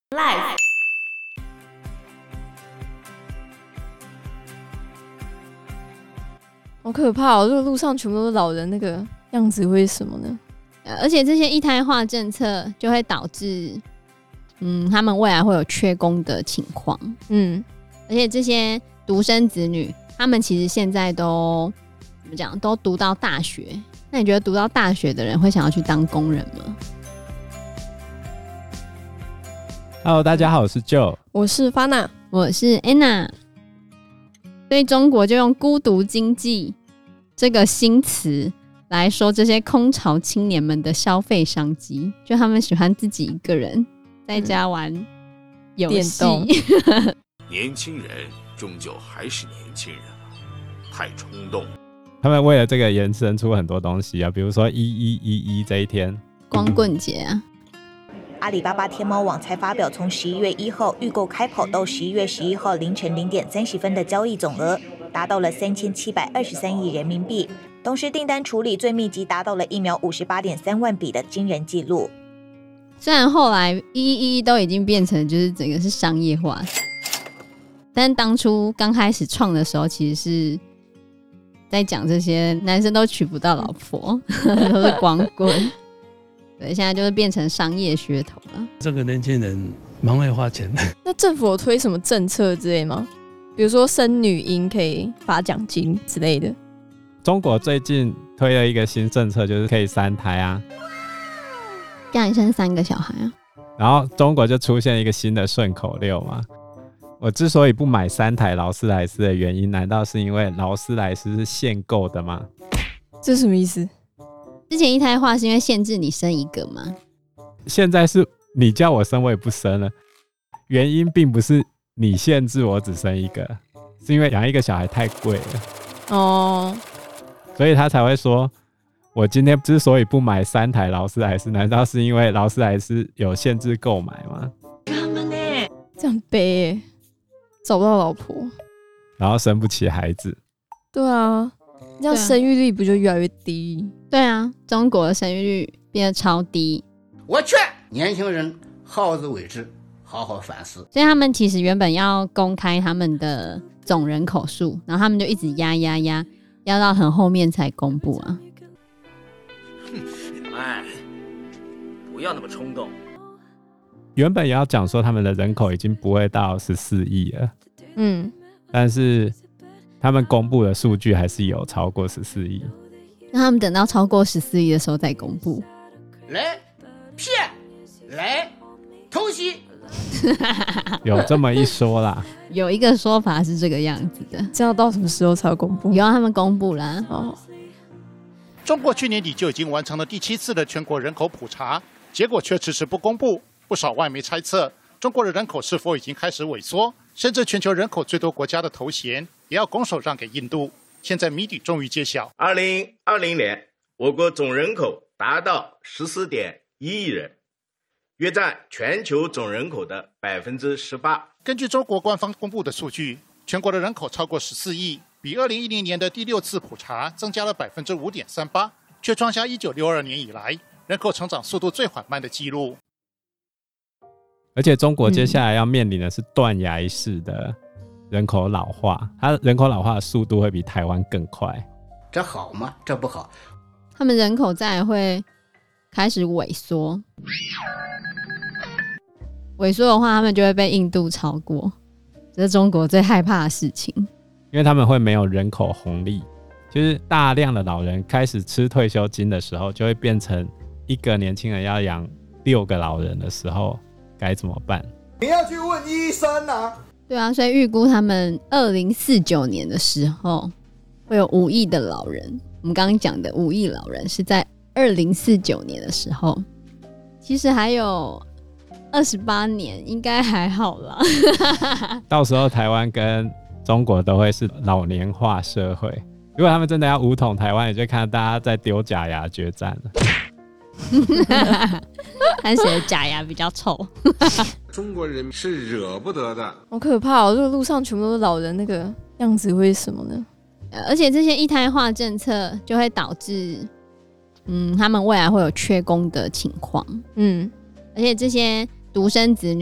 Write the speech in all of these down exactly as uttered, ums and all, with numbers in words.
Life 好可怕哦！如果路上全部都是老人，那个样子会是什么呢？ 而且这些一胎化政策就会导致，嗯，他们未来会有缺工的情况。嗯，而且这些独生子女，他们其实现在都怎么讲？都读到大学。那你觉得读到大学的人会想要去当工人吗？ Hello， 大家好，我是 Joe， 我是 Fana， 我是 Anna。所以中国就用孤独经济这个新词来说这些空巢青年们的消费商机，就他们喜欢自己一个人在家玩游戏、嗯、 年轻人终究还是年轻人啊，太冲动。 他们为了这个延伸出很多东西啊，比如说一一一一这一天光棍节啊。 阿里巴巴天猫网才发表，从十一月一号预购开跑到十一月十一号凌晨零点三十分的交易总额达到了三千七百二十三亿人民币，同时订单处理最密集，达到了一秒五十八点三万笔的惊人纪录。 虽然后来一一一都已经变成就是整个是商业化，但当初刚开始创的时候，其实是在讲这些男生都娶不到老婆，都是光棍。对，现在就是变成商业噱头了。 这个年轻人蛮会花钱的。 那政府有推什么政策之类吗？比如说生女婴可以发奖金之类的。 中国最近推了一个新政策，就是可以三胎啊， 让你生三个小孩啊。 然后中国就出现一个新的顺口溜嘛。我之所以不买三台劳斯莱斯的原因，难道是因为劳斯莱斯是限购的吗？ 这什么意思？ 之前一胎化是因为限制你生一个吗？ 现在是你叫我生我也不生了，原因并不是你限制我只生一个，是因为养一个小孩太贵了哦，所以他才会说我今天之所以不买三台劳斯莱斯，难道是因为劳斯莱斯有限制购买吗？ 这样悲耶，找不到老婆， 然后生不起孩子。 对啊，这样生育率不就越来越低？ 对啊，中国的生育率变得超低。 我劝年轻人好自为之，好好反思。 所以他们其实原本要公开他们的总人口数，然后他们就一直压压压，压到很后面才公布啊。 哎，不要那么冲动。 原本也要讲说他们的人口已经不会到十四亿了，嗯，但是他们公布的数据还是有超过十四亿。 那他们等到超过十四亿的时候再公布。 来骗，来偷袭， 有这么一说啦。 有一个说法是这个样子的。 这样到什么时候才要公布？ 有啊，他们公布啦。哦， 中国去年底就已经完成了第七次的全国人口普查，结果却迟迟不公布。不少外媒猜测，中国的人口是否已经开始萎缩，甚至全球人口最多国家的头衔也要拱手让给印度。现在谜底终于揭晓。 二零二零年，我国总人口达到十四点一亿人，约占全球总人口的百分之十八。 根据中国官方公布的数据，全国的人口超过十四亿，比二零一零年的第六次普查增加了百分之五点三八，却创下一九六二年以来人口成长速度最缓慢的纪录。 而且中国接下来要面临的是断崖式的人口老化，它人口老化的速度会比台湾更快。 这好吗？这不好。 他们人口再来开始萎缩，萎缩的话，他们就会被印度超过，这是中国最害怕的事情。 因为他们会没有人口红利，就是大量的老人开始吃退休金的时候，就会变成一个年轻人要养六个老人的时候，该怎么办？ 你要去问医生啊。 对啊，所以预估他们二零四九年的时候会有五亿的老人。我们刚刚讲的五亿老人是在二零四九年的时候，其实还有二十八年，应该还好啦。 到时候台湾跟中国都会是老年化社会。如果他们真的要武统台湾，你就看到大家在丢假牙决战了。 看谁的假牙比较臭。 中国人是惹不得的。 好可怕哦！如果路上全部都是老人，那个样子会是什么呢？ 而且这些一胎化政策就会导致，嗯，他们未来会有缺工的情况。嗯，而且这些独生子女，他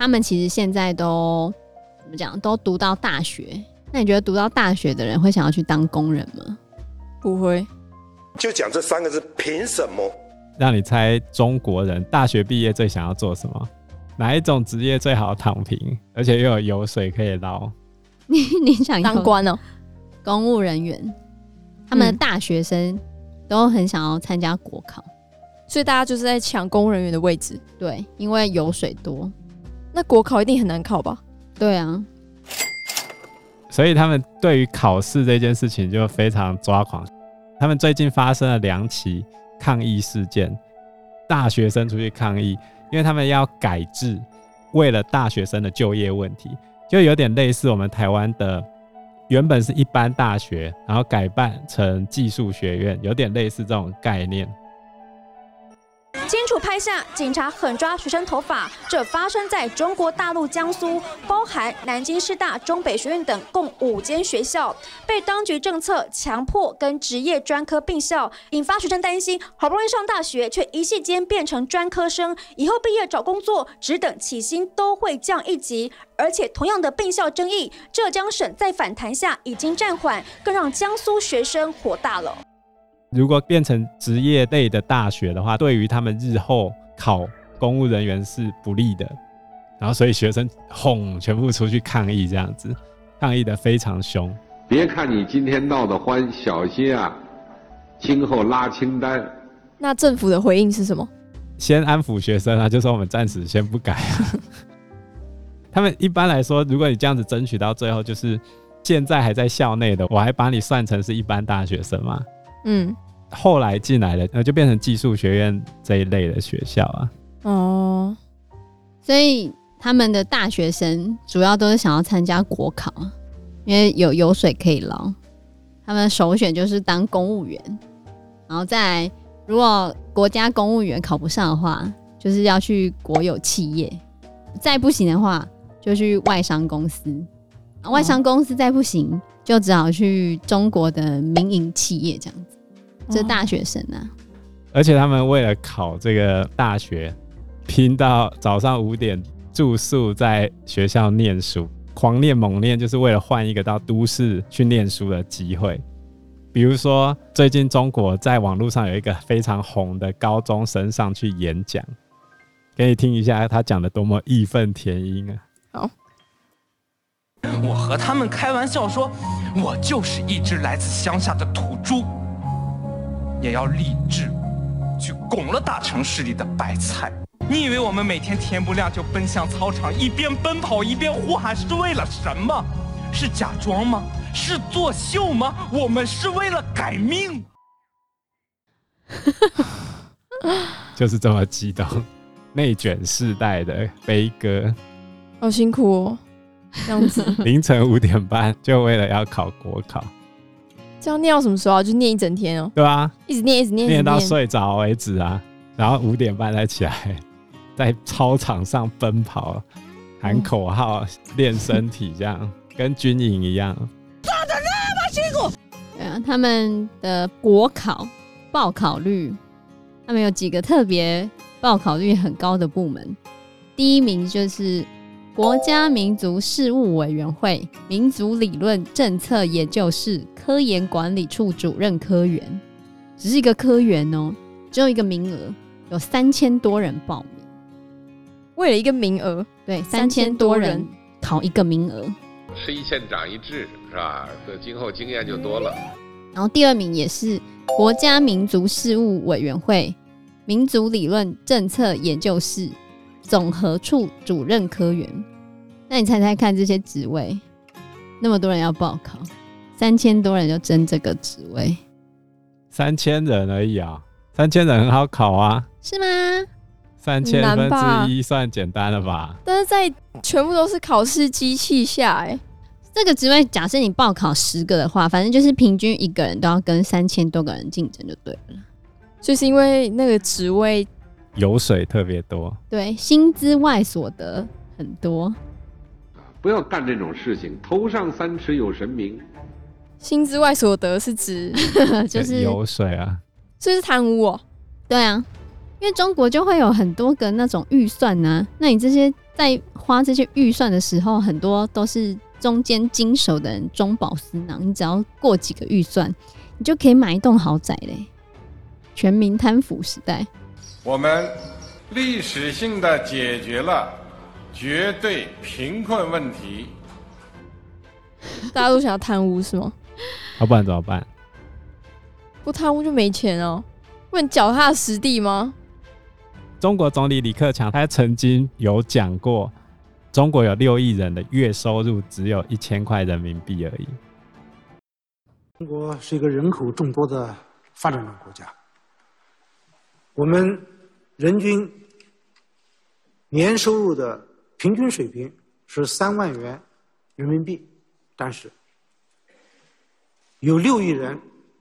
他们其实现在都怎么讲，都读到大学。那你觉得读到大学的人会想要去当工人吗？ 不会。 就讲这三个字，凭什么？ 让你猜中国人大学毕业最想要做什么？哪一种职业最好躺平，而且又有油水可以捞？ 你你想要当官哦？ 公务人员，他们的大学生都很想要参加国考， 所以大家就是在抢公务人员的位置。 对，因为油水多。 那国考一定很难考吧？ 对啊。 所以他们对于考试这件事情就非常抓狂。他们最近发生了两起抗议事件，大学生出去抗议，因为他们要改制，为了大学生的就业问题，就有点类似我们台湾的原本是一般大学，然后改办成技术学院，有点类似这种概念。 清楚拍下警察狠抓学生头发，这发生在中国大陆江苏，包含南京师大、中北学院等共五间学校，被当局政策强迫跟职业专科并校，引发学生担心，好不容易上大学，却一夕间变成专科生，以后毕业找工作，只等起薪都会降一级。而且同样的并校争议，浙江省在反弹下已经暂缓，更让江苏学生火大了。 如果变成职业类的大学的话，对于他们日后考公务人员是不利的，然后所以学生轰全部出去抗议，这样子抗议的非常凶。 别看你今天闹得欢，小心啊，今后拉清单。 那政府的回应是什么？ 先安抚学生啊，就说我们暂时先不改啊。他们一般来说，如果你这样子争取到最后，就是现在还在校内的，我还把你算成是一般大学生嘛。嗯，后来进来的就变成技术学院这一类的学校啊。 哦，所以他们的大学生主要都是想要参加国考，因为有油水可以捞。他们首选就是当公务员，然后再来如果国家公务员考不上的话，就是要去国有企业，再不行的话就去外商公司，外商公司再不行就只好去中国的民营企业这样子。这大学生啊， 而且他们为了考这个大学，拼到早上五点住宿在学校念书，狂念猛念，就是为了换一个到都市去念书的机会。比如说最近中国在网络上有一个非常红的高中生上去演讲，给你听一下他讲的多么义愤填膺啊。 好， 我和他们开玩笑说，我就是一只来自乡下的土猪，也要立志去拱了大城市里的白菜。你以为我们每天天不亮就奔向操场，一边奔跑一边呼喊，是为了什么？是假装吗？是作秀吗？我们是为了改命。 就是这么激动，内卷世代的悲歌。 好辛苦哦，这样子。 凌晨五点半就为了要考国考。 这样念到什么时候啊？就念一整天哦。 对啊， 一直念一直念， 念到睡着为止啊。然后五点半再起来，在操场上奔跑，喊口号，练身体，这样跟军营一样。 做的那么辛苦。对啊，他们的国考报考率，他们有几个特别报考率很高的部门。第一名就是国家民族事务委员会民族理论政策研究室科研管理处主任科员，只是一个科员哦，只有一个名额，有三千多人报名。 为了一个名额， 对，三千多人考一个名额。 吃一堑长一智，是吧？这今后经验就多了。 然后第二名也是国家民族事务委员会民族理论政策研究室总合处主任科员。那你猜猜看，这些职位那么多人要报考，三千多人就争这个职位。 三千人而已啊，三千人很好考啊， 是吗？ 三千分之一算简单了吧？ 但是在全部都是考试机器下，哎， 这个职位假设你报考十个的话，反正就是平均一个人都要跟三千多个人竞争就对了。 就是因为那个职位油水特别多， 对，薪资外所得很多。 不要干这种事情，头上三尺有神明。 薪资外所得是指就是油水啊， 所以是贪污哦。 对啊，因为中国就会有很多个那种预算啊，那你这些在花这些预算的时候，很多都是中间经手的人中饱私囊，你只要过几个预算，你就可以买一栋豪宅嘞。全民贪腐时代， 我们历史性的解决了绝对贫困问题。 大家都想要贪污是吗？ 要不然怎么办？ 不贪污就没钱哦，不能脚踏实地吗？ 中国总理李克强他曾经有讲过，中国有六亿人的月收入只有一千块人民币而已。 中国是一个人口众多的发展中国家，我们人均年收入的平均水平是三万元人民币，但是有六亿人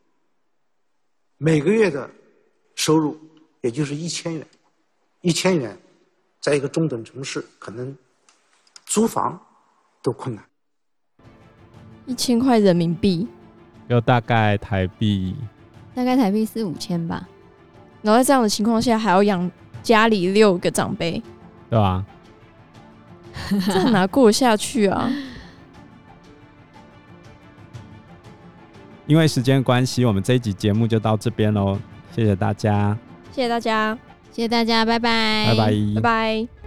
每个月的收入也就是一千元，一千元在一个中等城市可能租房都困难。 一千块人民币， 就大概台币， 大概台币四五千吧。 然后在这样的情况下，还要养家里六个长辈， 对吧？ 这哪过得下去啊？ 因为时间关系，我们这一集节目就到这边喽，谢谢大家， 谢谢大家， 谢谢大家，拜拜， 拜拜， 拜拜。